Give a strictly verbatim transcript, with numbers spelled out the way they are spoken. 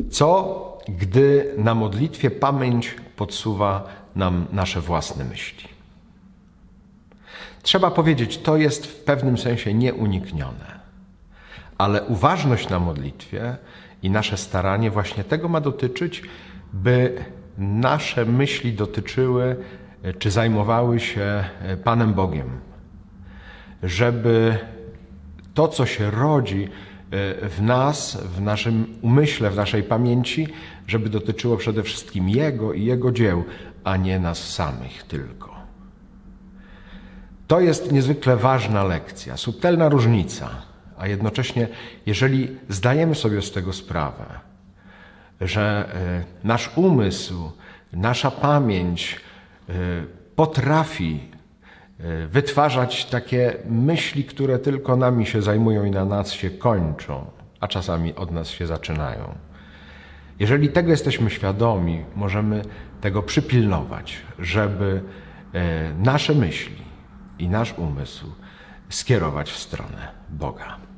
Co, gdy na modlitwie pamięć podsuwa nam nasze własne myśli? Trzeba powiedzieć, to jest w pewnym sensie nieuniknione. Ale uważność na modlitwie i nasze staranie właśnie tego ma dotyczyć, by nasze myśli dotyczyły czy zajmowały się Panem Bogiem. Żeby to, co się rodzi w nas, w naszym umyśle, w naszej pamięci, żeby dotyczyło przede wszystkim Jego i Jego dzieł, a nie nas samych tylko. To jest niezwykle ważna lekcja, subtelna różnica, a jednocześnie, jeżeli zdajemy sobie z tego sprawę, że nasz umysł, nasza pamięć potrafi wytwarzać takie myśli, które tylko nami się zajmują i na nas się kończą, a czasami od nas się zaczynają. Jeżeli tego jesteśmy świadomi, możemy tego przypilnować, żeby nasze myśli i nasz umysł skierować w stronę Boga.